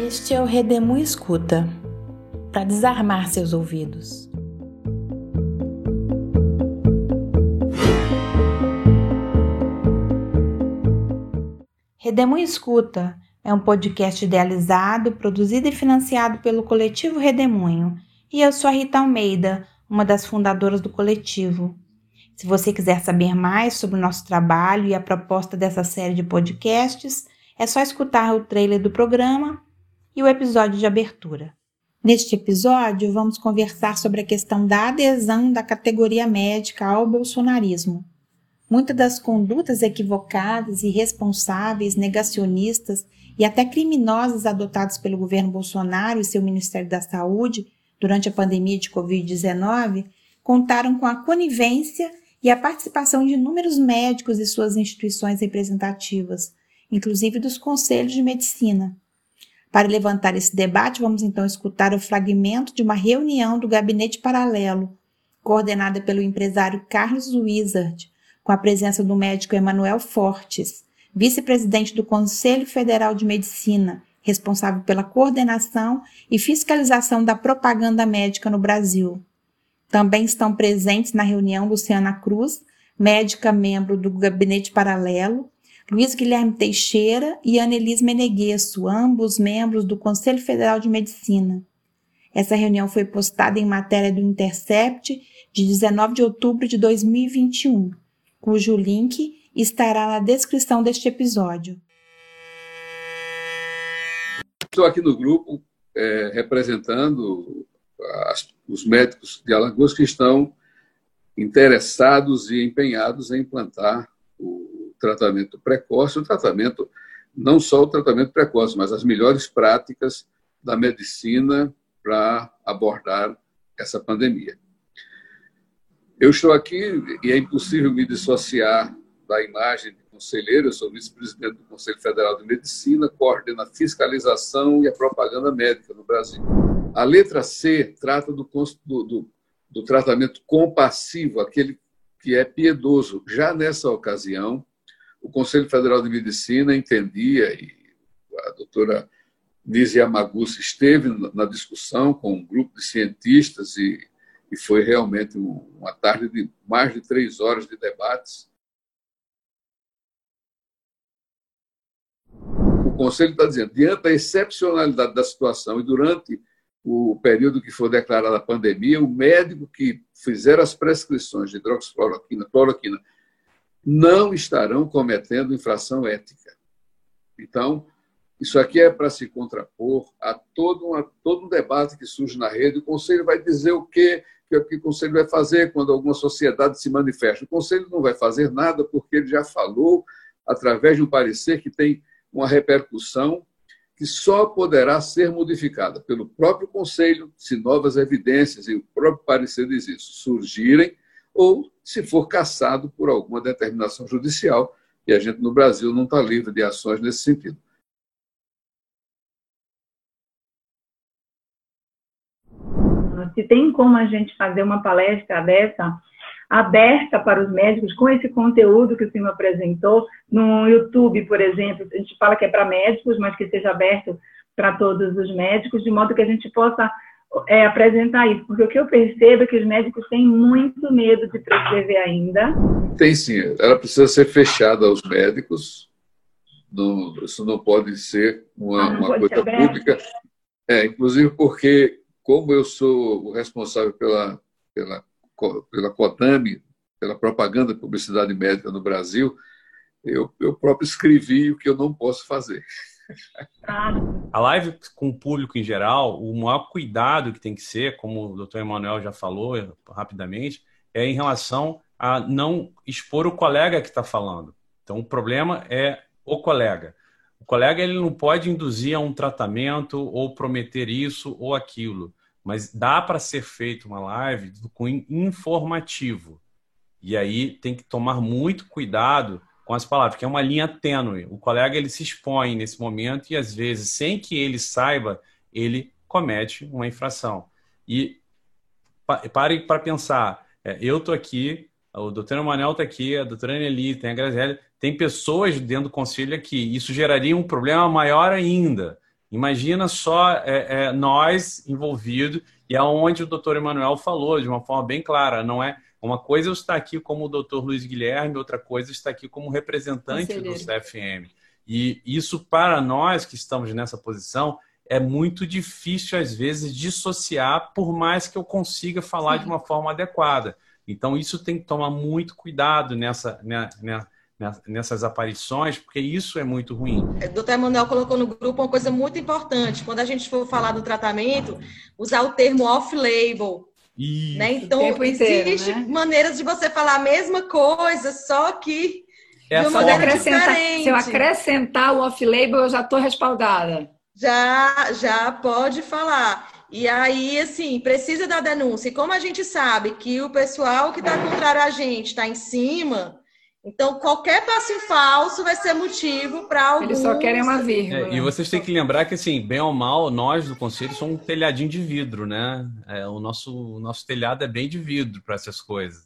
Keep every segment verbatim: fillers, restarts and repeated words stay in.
Este é o Redemu Escuta, para desarmar seus ouvidos. Redemu Escuta é um podcast idealizado, produzido e financiado pelo Coletivo Redemunho, e eu sou a Rita Almeida, uma das fundadoras do coletivo. Se você quiser saber mais sobre o nosso trabalho e a proposta dessa série de podcasts, é só escutar o trailer do programa e o episódio de abertura. Neste episódio, vamos conversar sobre a questão da adesão da categoria médica ao bolsonarismo. Muitas das condutas equivocadas, irresponsáveis, negacionistas e até criminosas adotadas pelo governo Bolsonaro e seu Ministério da Saúde durante a pandemia de covid dezenove contaram com a conivência e a participação de inúmeros médicos e suas instituições representativas, inclusive dos conselhos de medicina. Para levantar esse debate, vamos então escutar o fragmento de uma reunião do Gabinete Paralelo, coordenada pelo empresário Carlos Wizard, com a presença do médico Emanuel Fortes, vice-presidente do Conselho Federal de Medicina, responsável pela coordenação e fiscalização da propaganda médica no Brasil. Também estão presentes na reunião Luciana Cruz, médica membro do Gabinete Paralelo, Luiz Guilherme Teixeira e Annelise Meneguesso, ambos membros do Conselho Federal de Medicina. Essa reunião foi postada em matéria do Intercept de dezenove de outubro de dois mil e vinte e um, cujo link estará na descrição deste episódio. Estou aqui no grupo é, representando as, os médicos de Alagoas que estão interessados e empenhados em implantar o tratamento precoce, o tratamento, não só o tratamento precoce, mas as melhores práticas da medicina para abordar essa pandemia. Eu estou aqui e é impossível me dissociar da imagem de conselheiro. Eu sou vice-presidente do Conselho Federal de Medicina, coordeno a fiscalização e a propaganda médica no Brasil. A letra C trata do, do, do, do tratamento compassivo, aquele que é piedoso. Já nessa ocasião, o Conselho Federal de Medicina entendia, e a doutora Nise Yamaguchi esteve na discussão com um grupo de cientistas e, e foi realmente uma tarde de mais de três horas de debates. O Conselho está dizendo, diante da excepcionalidade da situação e durante o período que for declarada a pandemia, o médico que fizer as prescrições de hidroxicloroquina, cloroquina, não estarão cometendo infração ética. Então, isso aqui é para se contrapor a todo, uma, todo um debate que surge na rede. O Conselho vai dizer o quê, que, que o Conselho vai fazer quando alguma sociedade se manifesta. O Conselho não vai fazer nada porque ele já falou, através de um parecer que tem uma repercussão que só poderá ser modificada pelo próprio Conselho se novas evidências, e o próprio parecer diz isso, surgirem, ou se for cassado por alguma determinação judicial, e a gente no Brasil não está livre de ações nesse sentido. Se tem como a gente fazer uma palestra dessa, aberta para os médicos, com esse conteúdo que o senhor apresentou, no YouTube, por exemplo, a gente fala que é para médicos, mas que seja aberto para todos os médicos, de modo que a gente possa É, apresentar isso, porque o que eu percebo é que os médicos têm muito medo de prescrever ainda. Tem sim, ela precisa ser fechada aos médicos, não, isso não pode ser uma, ah, uma coisa pública, é, inclusive porque, como eu sou o responsável pela, pela, pela COTAME, pela propaganda e publicidade médica no Brasil, eu, eu próprio escrevi o que eu não posso fazer. A live com o público em geral, o maior cuidado que tem que ser, como o doutor Emanuel já falou rapidamente, é em relação a não expor o colega que está falando. Então, o problema é o colega. O colega ele não pode induzir a um tratamento ou prometer isso ou aquilo, mas dá para ser feita uma live com informativo. E aí tem que tomar muito cuidado com as palavras, que é uma linha tênue. O colega ele se expõe nesse momento e, às vezes, sem que ele saiba, ele comete uma infração. E pare para pensar, é, eu estou aqui, o doutor Emanuel está aqui, a doutora Annelise, tem a Graziele, tem pessoas dentro do conselho aqui. Isso geraria um problema maior ainda. Imagina só é, é, nós envolvidos, e é onde o doutor Emanuel falou de uma forma bem clara, não é? Uma coisa é eu estar aqui como o doutor Luiz Guilherme, outra coisa é estar aqui como representante Conselheiro. do C F M. E isso, para nós que estamos nessa posição, é muito difícil, às vezes, dissociar, por mais que eu consiga falar Sim. de uma forma adequada. Então, isso tem que tomar muito cuidado nessa, né, né, nessas aparições, porque isso é muito ruim. O doutor Emanuel colocou no grupo uma coisa muito importante. Quando a gente for falar do tratamento, usar o termo off-label. Né? Então, existem né? maneiras de você falar a mesma coisa, só que é de uma maneira diferente. Se eu acrescentar o off-label, eu já estou respaldada. Já, já pode falar. E aí, assim, precisa da denúncia. E como a gente sabe que o pessoal que está contrário a gente está em cima, então qualquer passo em falso vai ser motivo para alguns... Eles só querem uma vírgula. É, e vocês têm que lembrar que, assim, bem ou mal, nós do Conselho somos um telhadinho de vidro, né? É, o, nosso, o nosso telhado é bem de vidro para essas coisas.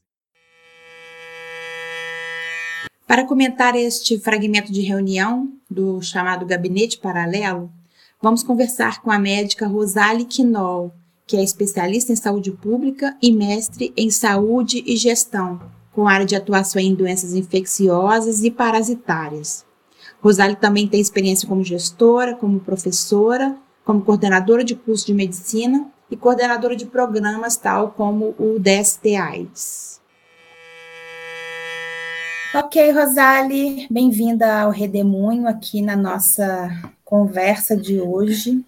Para comentar este fragmento de reunião do chamado Gabinete Paralelo, vamos conversar com a médica Rosali Quinol, que é especialista em saúde pública e mestre em saúde e gestão, com área de atuação em doenças infecciosas e parasitárias. Rosali também tem experiência como gestora, como professora, como coordenadora de curso de medicina e coordenadora de programas tal como o D S T-AIDS. Ok, Rosali, bem-vinda ao Redemoinho aqui na nossa conversa de hoje.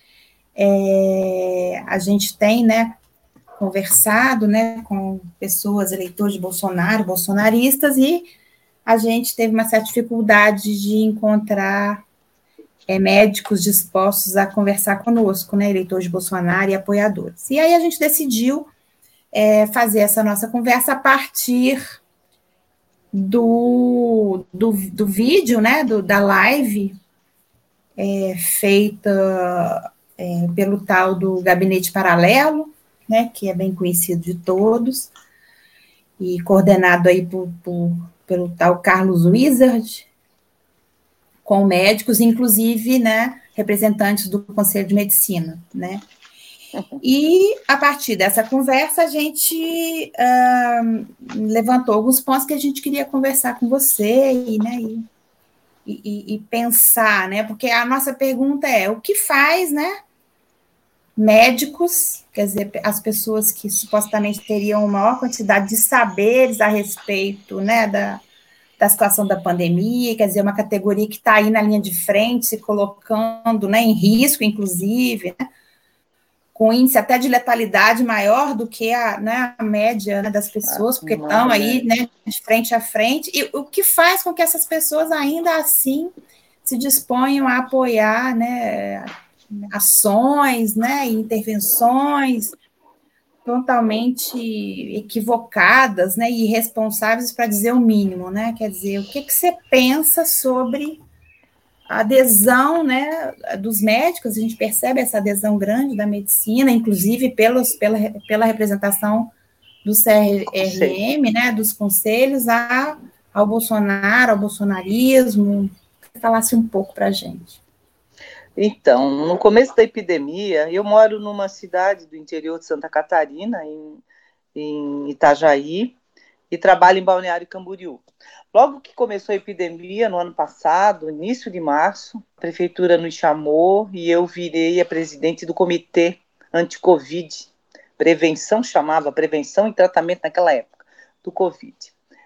É, a gente tem, né, conversado, né, com pessoas, eleitores de Bolsonaro, bolsonaristas, e a gente teve uma certa dificuldade de encontrar é, médicos dispostos a conversar conosco, né, eleitores de Bolsonaro e apoiadores. E aí a gente decidiu é, fazer essa nossa conversa a partir do, do, do vídeo, né, do, da live é, feita é, pelo tal do Gabinete Paralelo, né, que é bem conhecido de todos, e coordenado aí por, por, pelo tal Carlos Wizard, com médicos, inclusive, né, representantes do Conselho de Medicina, né. E, a partir dessa conversa, a gente uh, levantou alguns pontos que a gente queria conversar com você e, né, e, e, e pensar, né, porque a nossa pergunta é, o que faz, né, médicos, quer dizer, as pessoas que supostamente teriam maior quantidade de saberes a respeito, né, da, da situação da pandemia, quer dizer, uma categoria que está aí na linha de frente, se colocando, né, em risco, inclusive, né, com índice até de letalidade maior do que a, né, a média, né, das pessoas, porque estão aí, né, de frente a frente, e o que faz com que essas pessoas ainda assim se disponham a apoiar, né, ações, né, intervenções totalmente equivocadas, né, e irresponsáveis, para dizer o mínimo, né, quer dizer, o que, que você pensa sobre a adesão, né, dos médicos? A gente percebe essa adesão grande da medicina, inclusive pelos, pela, pela representação do C R M, né, dos conselhos, a, ao Bolsonaro, ao bolsonarismo. Falasse um pouco para a gente. Então, no começo da epidemia, eu moro numa cidade do interior de Santa Catarina, em, em Itajaí, e trabalho em Balneário Camboriú. Logo que começou a epidemia, no ano passado, início de março, a prefeitura nos chamou e eu virei a presidente do Comitê Anti-Covid. Prevenção, chamava Prevenção e Tratamento naquela época, do Covid.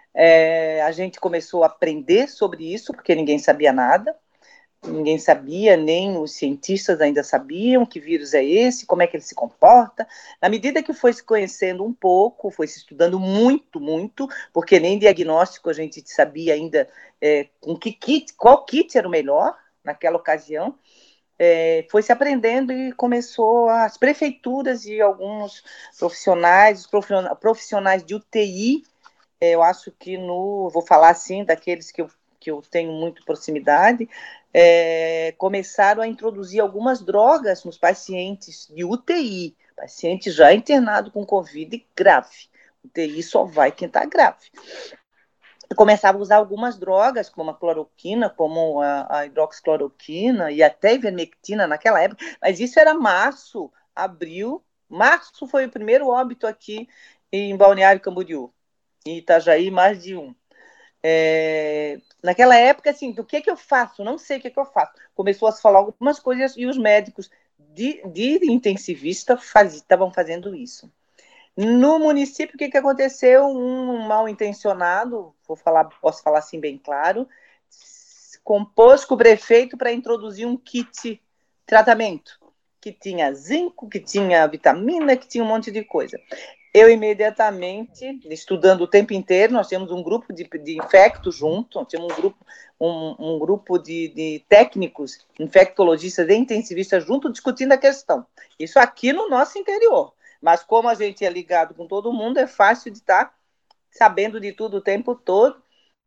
É, a gente começou a aprender sobre isso, porque ninguém sabia nada. Ninguém sabia, nem os cientistas ainda sabiam que vírus é esse, como é que ele se comporta. Na medida que foi se conhecendo um pouco, foi se estudando muito, muito, porque nem diagnóstico a gente sabia ainda é, com que kit, qual kit era o melhor naquela ocasião, é, foi se aprendendo e começou as prefeituras e alguns profissionais, os profissionais de U T I, é, eu acho que no, vou falar assim, daqueles que eu, que eu tenho muito proximidade, É, começaram a introduzir algumas drogas nos pacientes de U T I, paciente já internado com Covid grave. U T I só vai quem está grave. começava a usar algumas drogas, como a cloroquina, como a, a hidroxicloroquina e até a ivermectina naquela época, mas isso era março, abril, março foi o primeiro óbito aqui em Balneário Camboriú, em Itajaí, mais de um. É, naquela época, assim, do que que eu faço? Não sei o que que eu faço. Começou a se falar algumas coisas e os médicos de, de intensivista faz, estavam fazendo isso. No município, o que, que aconteceu? Um mal intencionado, vou falar, posso falar assim bem claro, compôs com o prefeito para introduzir um kit tratamento, que tinha zinco, que tinha vitamina, que tinha um monte de coisa. Eu imediatamente, estudando o tempo inteiro, nós tínhamos um grupo de, de infectos junto, nós tínhamos um grupo, um, um grupo de, de técnicos, infectologistas e intensivistas junto, discutindo a questão. Isso aqui no nosso interior. Mas como a gente é ligado com todo mundo, é fácil de estar sabendo de tudo o tempo todo.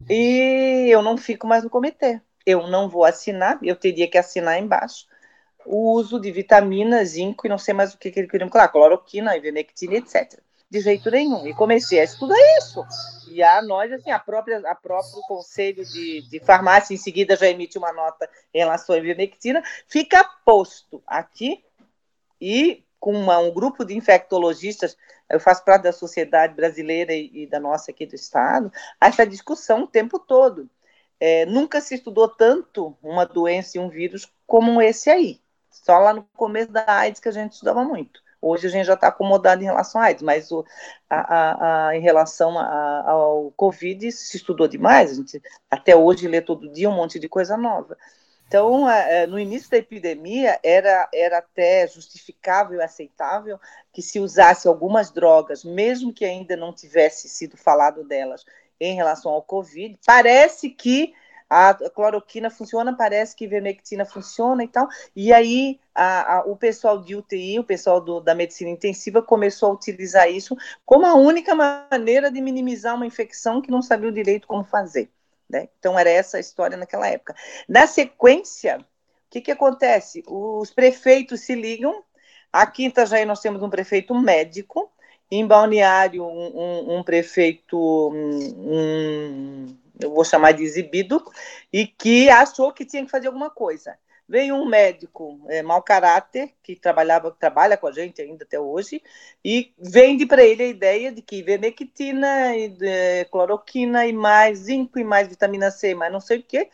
E eu não fico mais no comitê. Eu não vou assinar, eu teria que assinar embaixo o uso de vitaminas, zinco e não sei mais o que, que ele queria falar, cloroquina, ivermectina, etcétera. De jeito nenhum. E comecei a estudar isso. E a nós, assim, a própria, a próprio Conselho de, de Farmácia, em seguida, já emite uma nota em relação à ivermectina, fica posto aqui e com uma, um grupo de infectologistas, eu faço parte da sociedade brasileira e, e da nossa aqui do estado, essa discussão o tempo todo. É, nunca se estudou tanto uma doença e um vírus como esse aí. Só lá no começo da AIDS que a gente estudava muito. Hoje a gente já está acomodado em relação à AIDS, mas o, a, a, a, em relação a, ao Covid se estudou demais. A gente até hoje lê todo dia um monte de coisa nova. Então, no início da epidemia, era, era até justificável e aceitável que se usasse algumas drogas, mesmo que ainda não tivesse sido falado delas em relação ao Covid. Parece que a cloroquina funciona, parece que a ivermectina funciona e tal. E aí, a, a, o pessoal de U T I, o pessoal do, da medicina intensiva, começou a utilizar isso como a única maneira de minimizar uma infecção que não sabia direito como fazer. Né? Então, era essa a história naquela época. Na sequência, o que, que acontece? Os prefeitos se ligam. Aqui em Itajaí nós temos um prefeito médico, em Balneário um, um, um prefeito, um, eu vou chamar de exibido, e que achou que tinha que fazer alguma coisa. Veio um médico é, mau caráter, que trabalhava, trabalha com a gente ainda até hoje, e vende para ele a ideia de que ivermectina, e, é, cloroquina e mais zinco e mais vitamina C, mas não sei o que,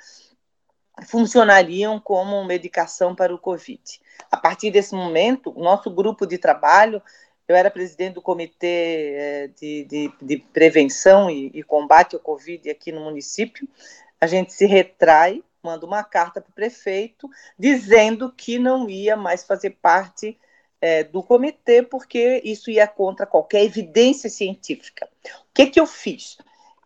funcionariam como medicação para o Covid. A partir desse momento, o nosso grupo de trabalho, eu era presidente do Comitê é, de, de, de Prevenção e, e Combate ao Covid aqui no município, a gente se retrai, manda uma carta para o prefeito dizendo que não ia mais fazer parte é, do comitê, porque isso ia contra qualquer evidência científica. O que, que eu fiz?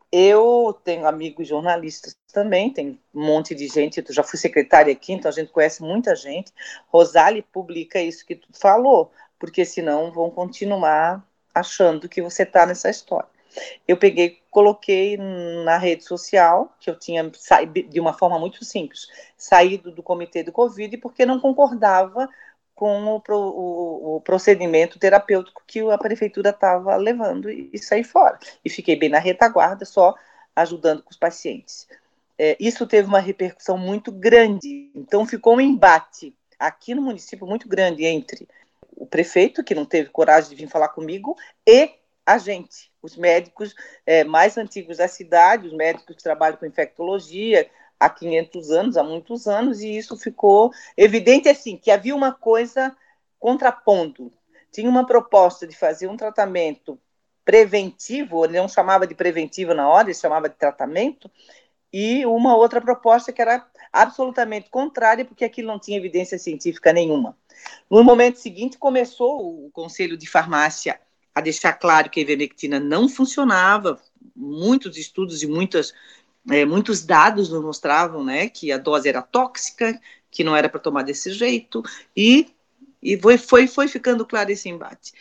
Eu tenho amigos jornalistas também, tem um monte de gente, eu já fui secretária aqui, então a gente conhece muita gente. Rosali publica isso que tu falou, porque senão vão continuar achando que você está nessa história. Eu peguei, coloquei na rede social, que eu tinha saído de uma forma muito simples, saído do comitê do Covid, porque não concordava com o, o, o procedimento terapêutico que a prefeitura estava levando e, e saí fora. E fiquei bem na retaguarda, só ajudando com os pacientes. É, isso teve uma repercussão muito grande, então ficou um embate aqui no município muito grande entre o prefeito, que não teve coragem de vir falar comigo, e a gente, os médicos é, mais antigos da cidade, os médicos que trabalham com infectologia há quinhentos anos, há muitos anos, e isso ficou evidente, assim, que havia uma coisa contrapondo. Tinha uma proposta de fazer um tratamento preventivo, ele não chamava de preventivo na hora, ele chamava de tratamento, e uma outra proposta que era absolutamente contrária, porque aquilo não tinha evidência científica nenhuma. No momento seguinte, começou o Conselho de Farmácia a deixar claro que a ivermectina não funcionava, muitos estudos e muitas, é, muitos dados nos mostravam, né, que a dose era tóxica, que não era para tomar desse jeito, e, e foi, foi, foi ficando claro esse embate.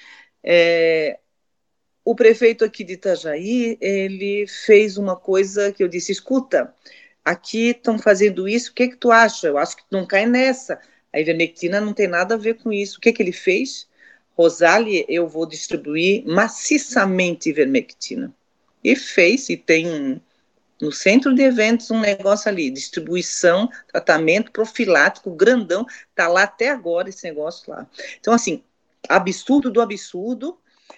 É, o prefeito aqui de Itajaí, ele fez uma coisa que eu disse, escuta, aqui estão fazendo isso, o que, que tu acha? Eu acho que tu não cai nessa, a ivermectina não tem nada a ver com isso. O que, que ele fez? Rosali, eu vou distribuir maciçamente ivermectina. E fez, e tem no centro de eventos, um negócio ali, distribuição, tratamento profilático, grandão, está lá até agora esse negócio lá. Então, assim, absurdo do absurdo.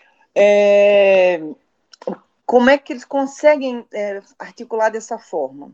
É, como é que eles conseguem é, articular dessa forma?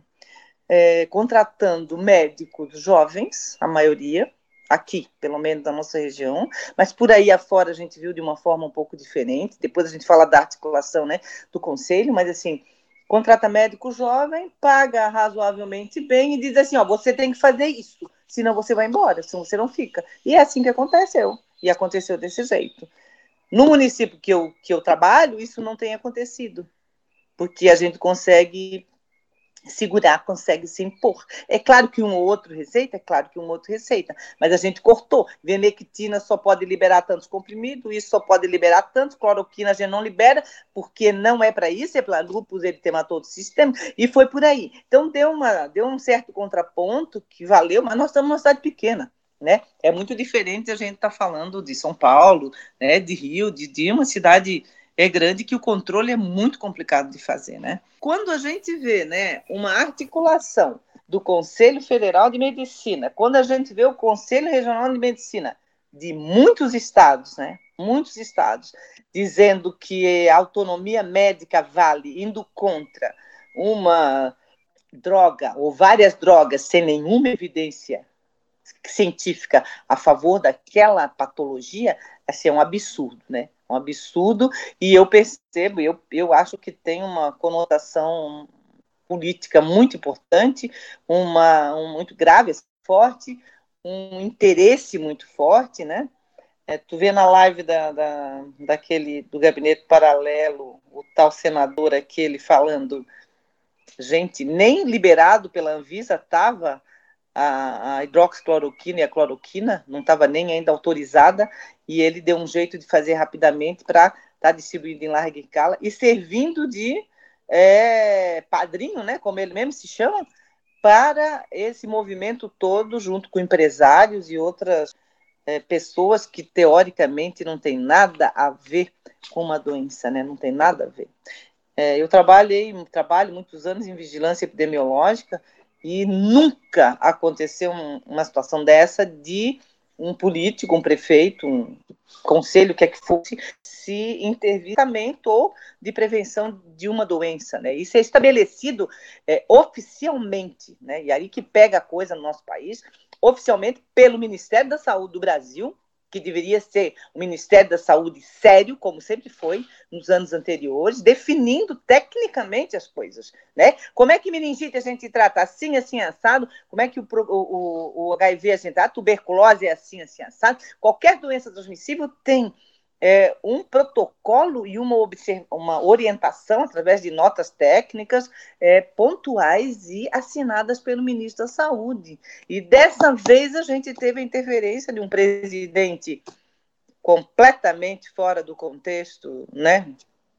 É, contratando médicos jovens, a maioria, aqui, pelo menos na nossa região, mas por aí afora a gente viu de uma forma um pouco diferente. Depois a gente fala da articulação, né, do conselho, mas assim, contrata médico jovem, paga razoavelmente bem e diz assim, ó, você tem que fazer isso, senão você vai embora, senão você não fica. E é assim que aconteceu, e aconteceu desse jeito. No município que eu, que eu trabalho, isso não tem acontecido, porque a gente consegue segurar, consegue se impor. É claro que um ou outro receita, é claro que um ou outro receita, mas a gente cortou. Vermectina só pode liberar tantos comprimidos, isso só pode liberar tantos, cloroquina a gente não libera, porque não é para isso, é para lúpus eritematoso sistema, e foi por aí. Então deu, uma, deu um certo contraponto que valeu, mas nós estamos numa cidade pequena, né? É muito diferente a gente estar tá falando de São Paulo, né, de Rio, de, de uma cidade é grande, que o controle é muito complicado de fazer, né? Quando a gente vê, né, uma articulação do Conselho Federal de Medicina, quando a gente vê o Conselho Regional de Medicina de muitos estados, né, muitos estados, dizendo que a autonomia médica vale, indo contra uma droga ou várias drogas sem nenhuma evidência científica a favor daquela patologia, assim, é um absurdo, né? Um absurdo, e eu percebo, eu, eu acho que tem uma conotação política muito importante, uma, um muito grave, forte, um interesse muito forte, né? É, tu vê na live da, da, daquele, do gabinete paralelo, o tal senador aquele falando, gente, nem liberado pela Anvisa estava a, a hidroxicloroquina e a cloroquina, não estava nem ainda autorizada, e ele deu um jeito de fazer rapidamente para estar tá distribuído em larga escala e servindo de é, padrinho, né, como ele mesmo se chama, para esse movimento todo, junto com empresários e outras é, pessoas que, teoricamente, não tem nada a ver com uma doença, né, não tem nada a ver. É, eu trabalhei, trabalho muitos anos em vigilância epidemiológica, e nunca aconteceu um, uma situação dessa de um político, um prefeito, um conselho, que é que fosse, se intervir ou de prevenção de uma doença, né? Isso é estabelecido é, oficialmente, né? E aí que pega a coisa no nosso país, oficialmente pelo Ministério da Saúde do Brasil, que deveria ser o Ministério da Saúde sério, como sempre foi nos anos anteriores, definindo tecnicamente as coisas, né? Como é que meningite a gente trata assim, assim, assado? Como é que o, o, o H I V a gente trata? A tuberculose é assim, assim, assado? Qualquer doença transmissível tem é, um protocolo e uma, uma orientação através de notas técnicas é, pontuais e assinadas pelo ministro da Saúde. E dessa vez a gente teve a interferência de um presidente completamente fora do contexto, né,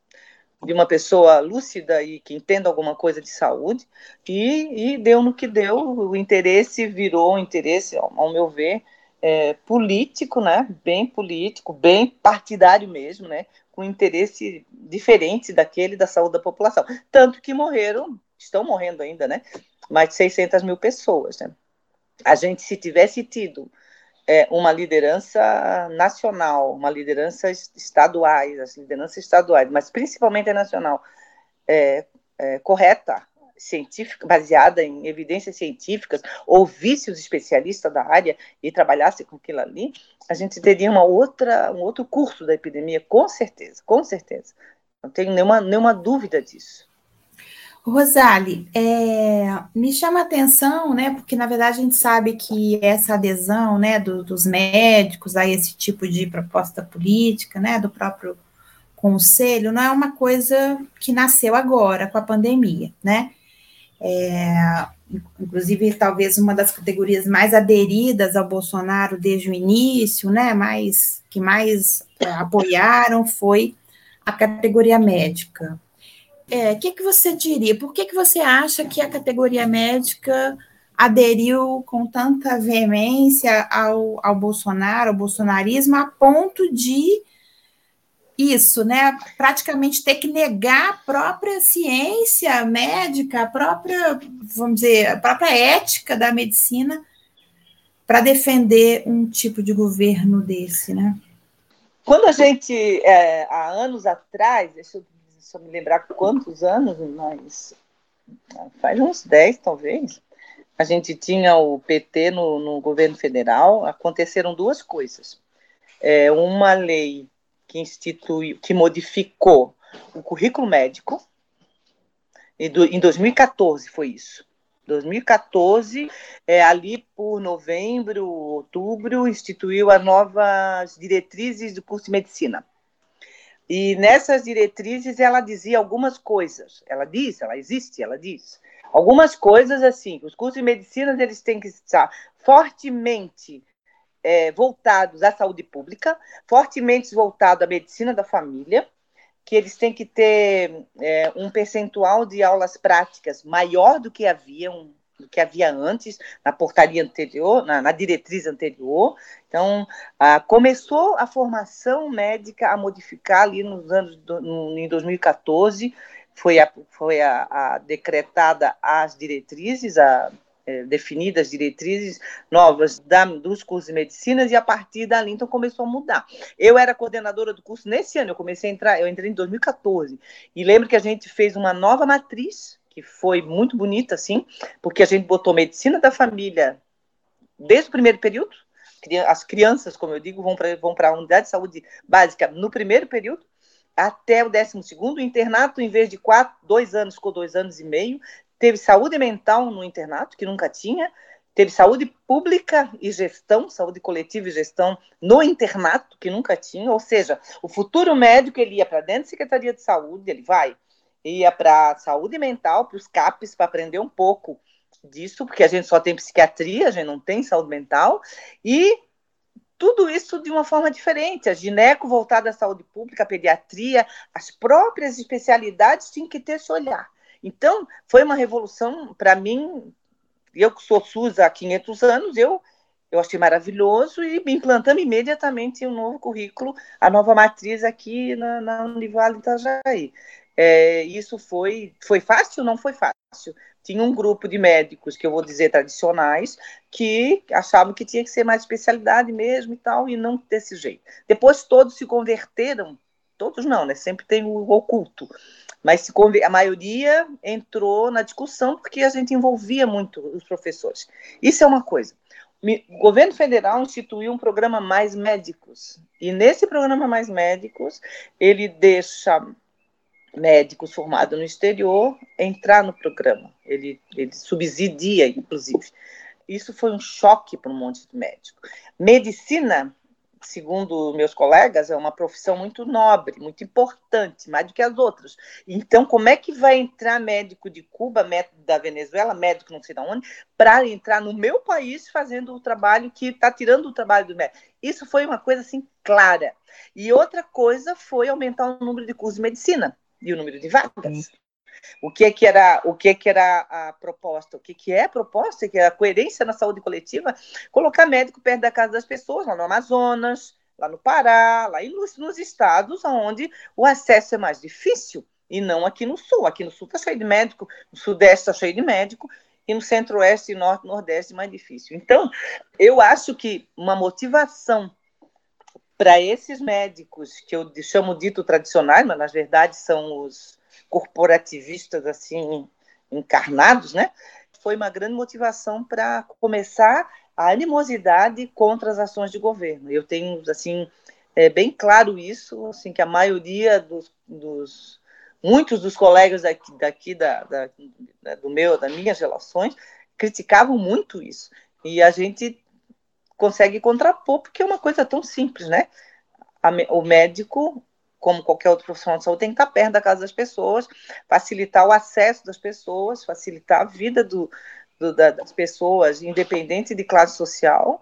de uma pessoa lúcida e que entenda alguma coisa de saúde, e, e deu no que deu. O interesse virou um interesse, ao meu ver, é, político, né, bem político, bem partidário mesmo, né, com interesse diferente daquele da saúde da população. Tanto que morreram, estão morrendo ainda, né, mais de seiscentas mil pessoas, né. A gente, se tivesse tido é, uma liderança nacional, uma liderança estaduais, as lideranças estaduais, mas principalmente a nacional, é, é, correta, científica, baseada em evidências científicas, ouvisse os especialistas da área e trabalhasse com aquilo ali, a gente teria uma outra, um outro curso da epidemia, com certeza, com certeza. Não tenho nenhuma, nenhuma dúvida disso. Rosali, é, me chama a atenção, né, porque na verdade a gente sabe que essa adesão, né, do, dos médicos a esse tipo de proposta política, né, do próprio conselho, não é uma coisa que nasceu agora com a pandemia, né, é, inclusive talvez uma das categorias mais aderidas ao Bolsonaro desde o início, né, mais, que mais é, apoiaram foi a categoria médica. O é, que, que você diria? Por que, que você acha que a categoria médica aderiu com tanta veemência ao, ao Bolsonaro, ao bolsonarismo, a ponto de isso, né? Praticamente ter que negar a própria ciência médica, a própria, vamos dizer, a própria ética da medicina para defender um tipo de governo desse, né? Quando a gente, é, há anos atrás, deixa eu, deixa eu me lembrar quantos anos, mas faz uns dez, talvez, a gente tinha o P T no, no governo federal, aconteceram duas coisas. É, uma lei que instituiu, que modificou o currículo médico, e do, em dois mil e quatorze foi isso. dois mil e quatorze, é, ali por novembro, outubro, instituiu as novas diretrizes do curso de medicina. E nessas diretrizes ela dizia algumas coisas. Ela diz, ela existe, ela diz. Algumas coisas assim, os cursos de medicina eles têm que estar fortemente é, voltados à saúde pública, fortemente voltados à medicina da família, que eles têm que ter é, um percentual de aulas práticas maior do que havia, um, do que havia antes, na portaria anterior, na, na diretriz anterior. Então, ah, começou a formação médica a modificar ali nos anos, do, no, em dois mil e quatorze, foi, a, foi a, a decretada as diretrizes, a definidas diretrizes novas da, dos cursos de medicina, e a partir dali, então, começou a mudar. Eu era coordenadora do curso nesse ano, eu comecei a entrar, eu entrei em dois mil e quatorze, e lembro que a gente fez uma nova matriz, que foi muito bonita, assim, porque a gente botou medicina da família desde o primeiro período, as crianças, como eu digo, vão para vão para a unidade de saúde básica no primeiro período, até o décimo segundo, o internato, em vez de quatro, dois anos, ficou dois anos e meio. Teve saúde mental no internato, que nunca tinha. Teve saúde pública e gestão, saúde coletiva e gestão no internato, que nunca tinha. Ou seja, o futuro médico ele ia para dentro da Secretaria de Saúde, ele vai, ia para a saúde mental, para os CAPs, para aprender um pouco disso, porque a gente só tem psiquiatria, a gente não tem saúde mental. E tudo isso de uma forma diferente. A gineco voltada à saúde pública, a pediatria, as próprias especialidades tinham que ter esse olhar. Então, foi uma revolução, para mim, eu que sou SUS há quinhentos anos, eu, eu achei maravilhoso e me implantamos imediatamente um novo currículo, a nova matriz aqui na, na Univale Itajaí. É, isso foi, foi fácil? Não foi fácil. Tinha um grupo de médicos, que eu vou dizer tradicionais, que achavam que tinha que ser mais especialidade mesmo e tal, e não desse jeito. Depois todos se converteram, todos não, né? Sempre tem o oculto, mas se conver... a maioria entrou na discussão porque a gente envolvia muito os professores. Isso é uma coisa. O governo federal instituiu um programa Mais Médicos, e nesse programa Mais Médicos, ele deixa médicos formados no exterior entrar no programa. Ele, ele subsidia, inclusive. Isso foi um choque para um monte de médicos. Medicina, segundo meus colegas, é uma profissão muito nobre, muito importante, mais do que as outras. Então, como é que vai entrar médico de Cuba, médico da Venezuela, médico não sei de onde, para entrar no meu país fazendo o trabalho que está tirando o trabalho do médico? Isso foi uma coisa assim clara. E outra coisa foi aumentar o número de cursos de medicina e o número de vagas. O que, que era, o que, que era a proposta? O que, que é a proposta? Que é a coerência na saúde coletiva, colocar médico perto da casa das pessoas, lá no Amazonas, lá no Pará, lá nos, nos estados onde o acesso é mais difícil, e não aqui no sul. Aqui no sul está cheio de médico, no sudeste está cheio de médico, e no centro-oeste, norte, nordeste mais difícil. Então, eu acho que uma motivação para esses médicos, que eu chamo dito tradicionais, mas na verdade são os corporativistas assim encarnados, né? Foi uma grande motivação para começar a animosidade contra as ações de governo. Eu tenho assim é, bem claro isso, assim que a maioria dos, dos muitos dos colegas daqui, daqui da, da, do meu, das minhas relações criticavam muito isso, e a gente consegue contrapor porque é uma coisa tão simples, né? A, o médico, como qualquer outro profissional de saúde, tem que estar perto da casa das pessoas, facilitar o acesso das pessoas, facilitar a vida do, do, das pessoas, independente de classe social,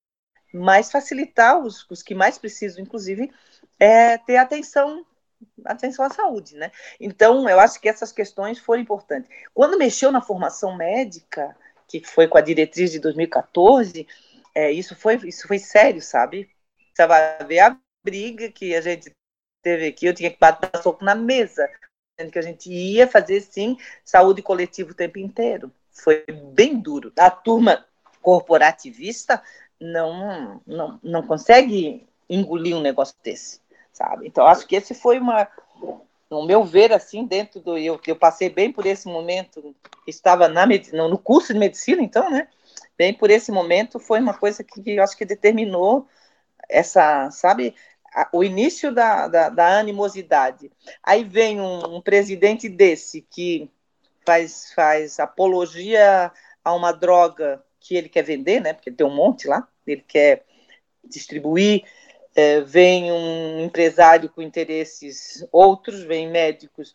mas facilitar os, os que mais precisam, inclusive, é, ter atenção, atenção à saúde, né? Então, eu acho que essas questões foram importantes. Quando mexeu na formação médica, que foi com a diretriz de dois mil e quatorze, é, isso, foi, isso foi sério, sabe? Você vai ver a briga que a gente teve aqui, eu tinha que bater soco na mesa, dizendo que a gente ia fazer, sim, saúde coletiva o tempo inteiro. Foi bem duro. A turma corporativista não, não, não consegue engolir um negócio desse, sabe? Então, acho que esse foi uma... No meu ver, assim, dentro do... Eu, eu passei bem por esse momento, estava na, no curso de medicina, então, né? Bem por esse momento, foi uma coisa que eu acho que determinou essa, sabe, a, o início da, da, da animosidade. Aí vem um, um presidente desse que faz, faz apologia a uma droga que ele quer vender, né? Porque tem um monte lá, ele quer distribuir. É, vem um empresário com interesses outros, vem médicos,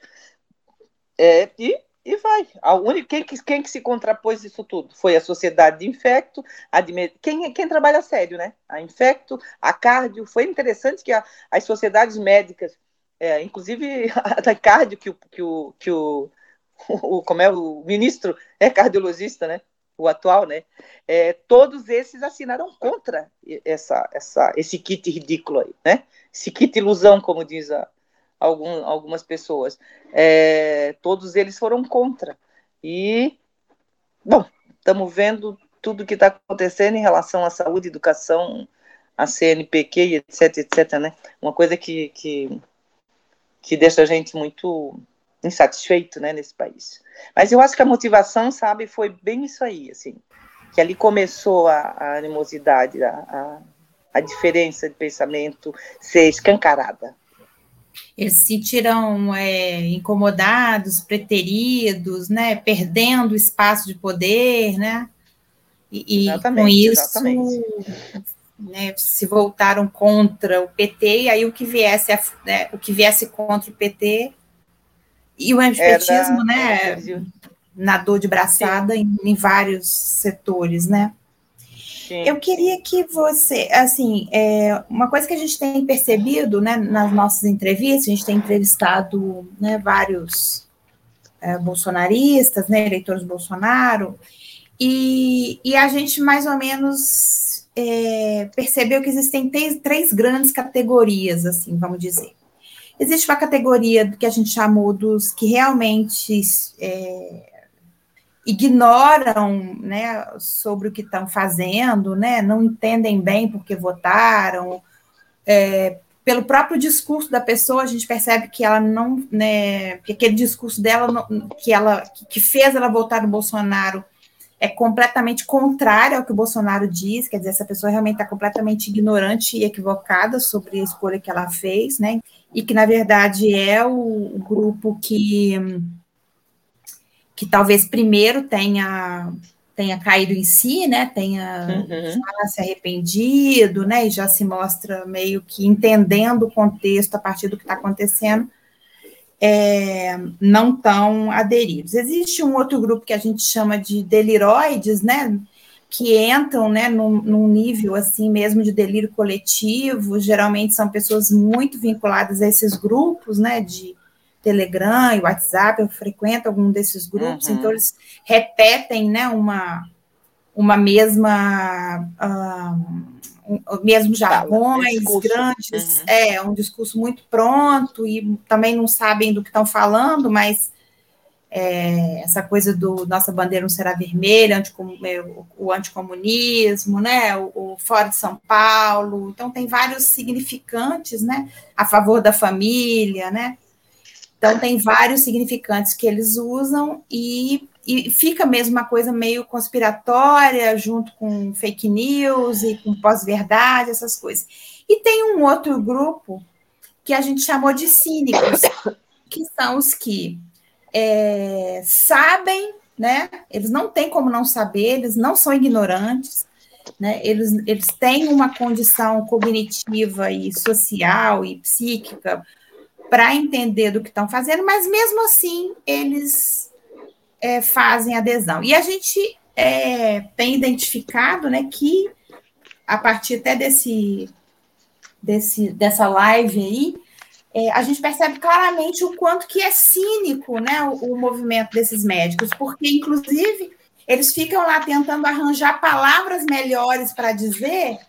é, e, e vai. A única, quem, que, quem que se contrapôs isso tudo? Foi a Sociedade de Infecto, a de, quem, quem trabalha sério, né? A Infecto, a Cardio. Foi interessante que a, as sociedades médicas, é, inclusive a da Cardio, que o, que, o, que o, o, como é, o ministro é cardiologista, né? O atual, né? É, todos esses assinaram contra essa, essa, esse kit ridículo aí, né? Esse kit ilusão, como diz a, algum, algumas pessoas. É, todos eles foram contra. E, bom, estamos vendo tudo que está acontecendo em relação à saúde, educação, a C N P Q, etc, etc, né? Uma coisa que, que, que deixa a gente muito insatisfeito, né, nesse país. Mas eu acho que a motivação, sabe, foi bem isso aí, assim, que ali começou a, a animosidade, a, a, a diferença de pensamento ser escancarada. Eles se sentiram é, incomodados, preteridos, né, perdendo espaço de poder, né, e, e com isso, exatamente. Né, se voltaram contra o P T, e aí o que viesse, a, né, o que viesse contra o P T e o antipetismo, né, era, nadou de braçada em, em vários setores, né. Sim. Eu queria que você, assim, é, uma coisa que a gente tem percebido, né, nas nossas entrevistas, a gente tem entrevistado, né, vários é, bolsonaristas, né, eleitores Bolsonaro, e, e a gente mais ou menos é, percebeu que existem três, três grandes categorias, assim, vamos dizer. Existe uma categoria que a gente chamou dos que realmente é, ignoram, né, sobre o que estão fazendo, né, não entendem bem porque votaram, é, pelo próprio discurso da pessoa, a gente percebe que ela não, né, que aquele discurso dela, não, que ela, que fez ela votar no Bolsonaro, é completamente contrário ao que o Bolsonaro diz, quer dizer, essa pessoa realmente está completamente ignorante e equivocada sobre a escolha que ela fez, né, e que, na verdade, é o, o grupo que, que talvez primeiro tenha, tenha caído em si, né, tenha uhum. já se arrependido, né, e já se mostra meio que entendendo o contexto a partir do que está acontecendo, é, não tão aderidos. Existe um outro grupo que a gente chama de deliroides, né, que entram, né, num, num nível, assim, mesmo de delírio coletivo, geralmente são pessoas muito vinculadas a esses grupos, né, de Telegram e WhatsApp, eu frequento algum desses grupos, uhum. então eles repetem, né, uma, uma mesma... Um, um, mesmo jargões um grandes, uhum. é, um discurso muito pronto, e também não sabem do que estão falando, mas é, essa coisa do nossa bandeira não será vermelha, anticom, o anticomunismo, né, o, o Fora de São Paulo, então tem vários significantes, né, a favor da família, né, então tem vários significantes que eles usam e, e fica mesmo uma coisa meio conspiratória, junto com fake news e com pós-verdade, essas coisas. E tem um outro grupo que a gente chamou de cínicos, que são os que É, sabem, né? Eles não têm como não saber, eles não são ignorantes, né? Eles, eles têm uma condição cognitiva e social e psíquica para entender do que estão fazendo, mas mesmo assim eles é, fazem adesão. E a gente é, tem identificado, né, que a partir até desse, desse, dessa live aí, É, a gente percebe claramente o quanto que é cínico, né, o, o movimento desses médicos, porque, inclusive, eles ficam lá tentando arranjar palavras melhores para dizer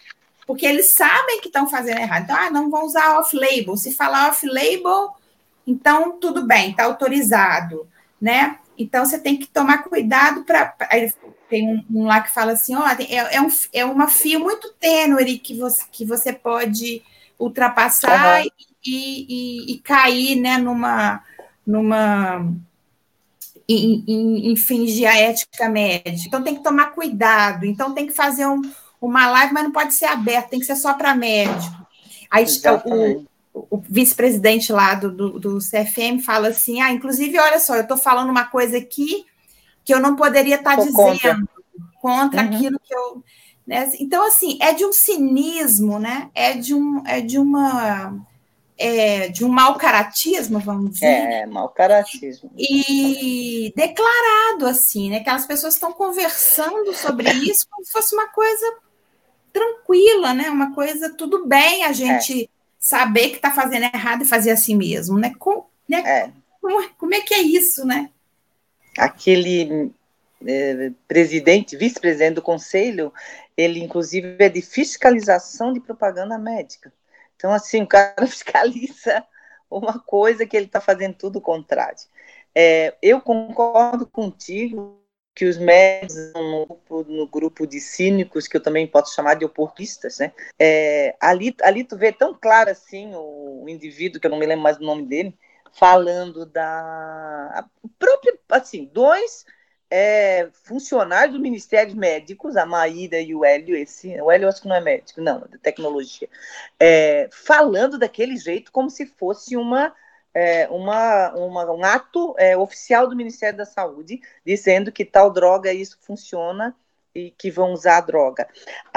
porque eles sabem que estão fazendo errado. Então, ah, não vão usar off-label. Se falar off-label, então tudo bem, está autorizado, né? Então, você tem que tomar cuidado para... Tem um, um lá que fala assim, ó, é, é, um, é uma fio muito tênue que você, que você pode ultrapassar uhum. e, e, e cair, né, numa... numa em, em, em fingir a ética médica. Então, tem que tomar cuidado. Então, tem que fazer um, uma live, mas não pode ser aberta, tem que ser só para médico. Aí, o, o vice-presidente lá do, do, do C F M fala assim, ah, inclusive, olha só, eu estou falando uma coisa aqui que eu não poderia estar tá dizendo contra, contra uhum. aquilo que eu... Né? Então, assim, é de um cinismo, né? É de, um, é de uma... É, de um mau caratismo, vamos dizer. É, mau caratismo. E declarado, assim, né? Que as pessoas estão conversando sobre isso como se fosse uma coisa tranquila, né? Uma coisa, tudo bem a gente é. saber que está fazendo errado e fazer assim mesmo, né? Com, né? É. Como, como é que é isso, né? Aquele é, presidente, vice-presidente do conselho, ele, inclusive, é de fiscalização de propaganda médica. Então, assim, o cara fiscaliza uma coisa que ele está fazendo tudo o contrário. É, eu concordo contigo que os médicos no grupo, no grupo de cínicos, que eu também posso chamar de oportunistas, né? É, ali, ali tu vê tão claro, assim, o, o indivíduo, que eu não me lembro mais do nome dele, falando da... própria, assim, dois... É, funcionários do Ministério Médicos, a Maíra e o Hélio, esse, o Hélio eu acho que não é médico, não, é de tecnologia, é, falando daquele jeito como se fosse uma, é, uma, uma, um ato é, oficial do Ministério da Saúde, dizendo que tal droga, isso funciona e que vão usar a droga.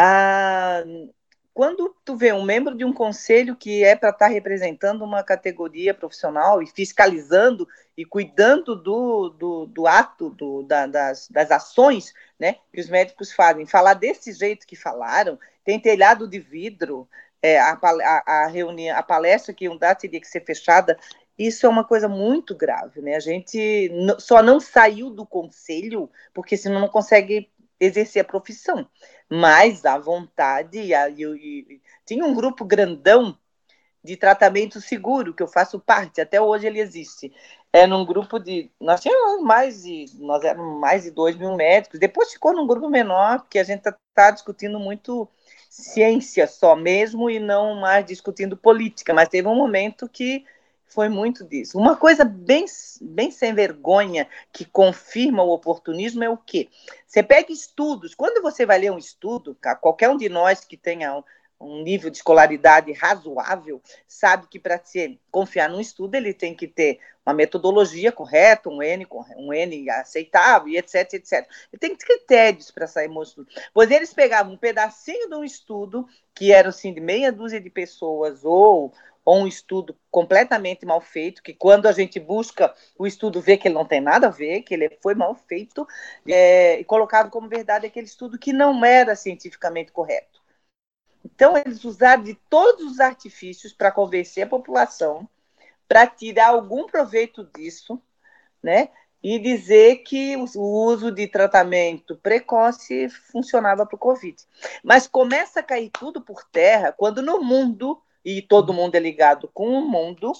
Ah, quando tu vê um membro de um conselho que é para estar representando uma categoria profissional e fiscalizando e cuidando do, do, do ato, do, da, das, das ações, né, que os médicos fazem, falar desse jeito que falaram, tem telhado de vidro, é, a, a, a, reunião, a palestra que iam dar teria que ser fechada, isso é uma coisa muito grave, né? A gente só não saiu do conselho porque senão não consegue exercer a profissão, mas a vontade, e, a, e, e tinha um grupo grandão de tratamento seguro, que eu faço parte, até hoje ele existe, é num grupo de, nós tínhamos mais de, nós éramos mais de dois mil médicos, depois ficou num grupo menor, porque a gente está tá discutindo muito ciência só mesmo, e não mais discutindo política, mas teve um momento que foi muito disso. Uma coisa bem, bem sem vergonha que confirma o oportunismo é o quê? Você pega estudos, quando você vai ler um estudo, qualquer um de nós que tenha um, um nível de escolaridade razoável, sabe que para se confiar num estudo, ele tem que ter uma metodologia correta, um N, um N aceitável, e etc, etcétera. Ele tem critérios para sair um estudo. Pois eles pegavam um pedacinho de um estudo, que era assim, de meia dúzia de pessoas, ou... ou um estudo completamente mal feito, que quando a gente busca o estudo vê que ele não tem nada a ver, que ele foi mal feito, é, e colocado como verdade aquele estudo que não era cientificamente correto. Então, eles usaram de todos os artifícios para convencer a população, para tirar algum proveito disso, né? E dizer que o uso de tratamento precoce funcionava para o Covid. Mas começa a cair tudo por terra quando no mundo... e todo mundo é ligado com o mundo,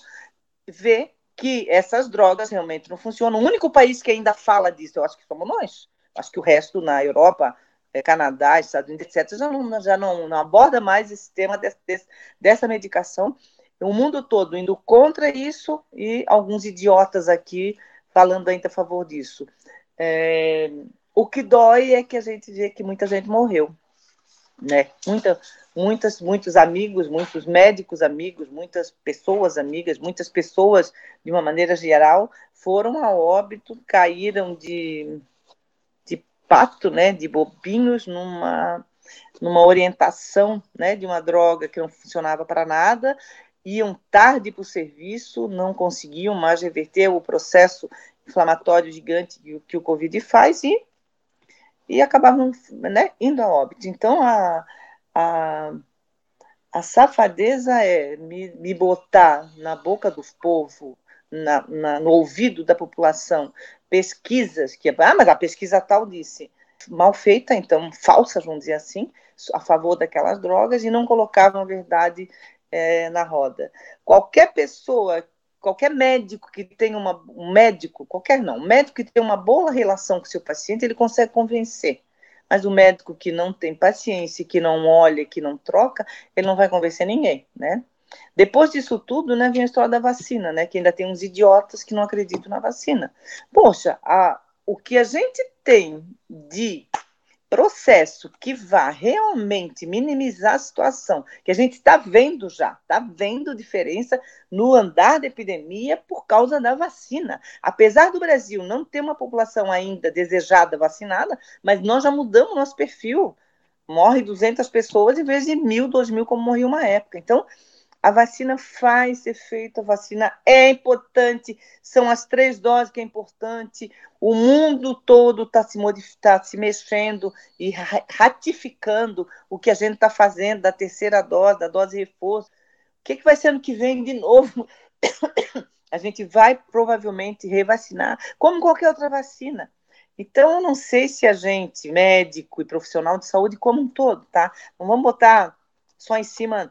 vê que essas drogas realmente não funcionam. O único país que ainda fala disso, eu acho que somos nós. Acho que o resto, na Europa, Canadá, Estados Unidos, etcétera, já não, já não, não aborda mais esse tema desse, desse, dessa medicação. O mundo todo indo contra isso e alguns idiotas aqui falando ainda a favor disso. É, o que dói é que a gente vê que muita gente morreu. Né? Muita, muitas, muitos amigos, muitos médicos amigos, muitas pessoas amigas, muitas pessoas, de uma maneira geral, foram a óbito, caíram de, de pato, né? De bobinhos, numa, numa orientação, né? De uma droga que não funcionava para nada, iam tarde para o serviço, não conseguiam mais reverter o processo inflamatório gigante que, que o Covid faz e e acabavam, né, indo a óbito. Então, a, a, a safadeza é me, me botar na boca do povo, na, na, no ouvido da população, pesquisas que... Ah, mas a pesquisa tal disse. mal feita, então falsa, vamos dizer assim, a favor daquelas drogas, e não colocavam a verdade é, na roda. Qualquer pessoa, qualquer médico que tenha uma, um médico, qualquer não, um médico que tenha uma boa relação com o seu paciente, ele consegue convencer. Mas o médico que não tem paciência, que não olha, que não troca, ele não vai convencer ninguém, né? Depois disso tudo, né, vem a história da vacina, né, que ainda tem uns idiotas que não acreditam na vacina. Poxa, a, o que a gente tem de processo que vá realmente minimizar a situação, que a gente está vendo já, está vendo diferença no andar da epidemia por causa da vacina. Apesar do Brasil não ter uma população ainda desejada vacinada, mas nós já mudamos nosso perfil. Morre duzentas pessoas em vez de mil, dois mil, como morria uma época. Então, a vacina faz efeito, a vacina é importante, são as três doses que é importante, o mundo todo está se, tá se mexendo e ratificando o que a gente está fazendo da terceira dose, da dose de reforço. O que, que vai ser ano que vem de novo? A gente vai provavelmente revacinar, como qualquer outra vacina. Então, eu não sei se a gente, médico e profissional de saúde como um todo, tá? Não vamos botar só em cima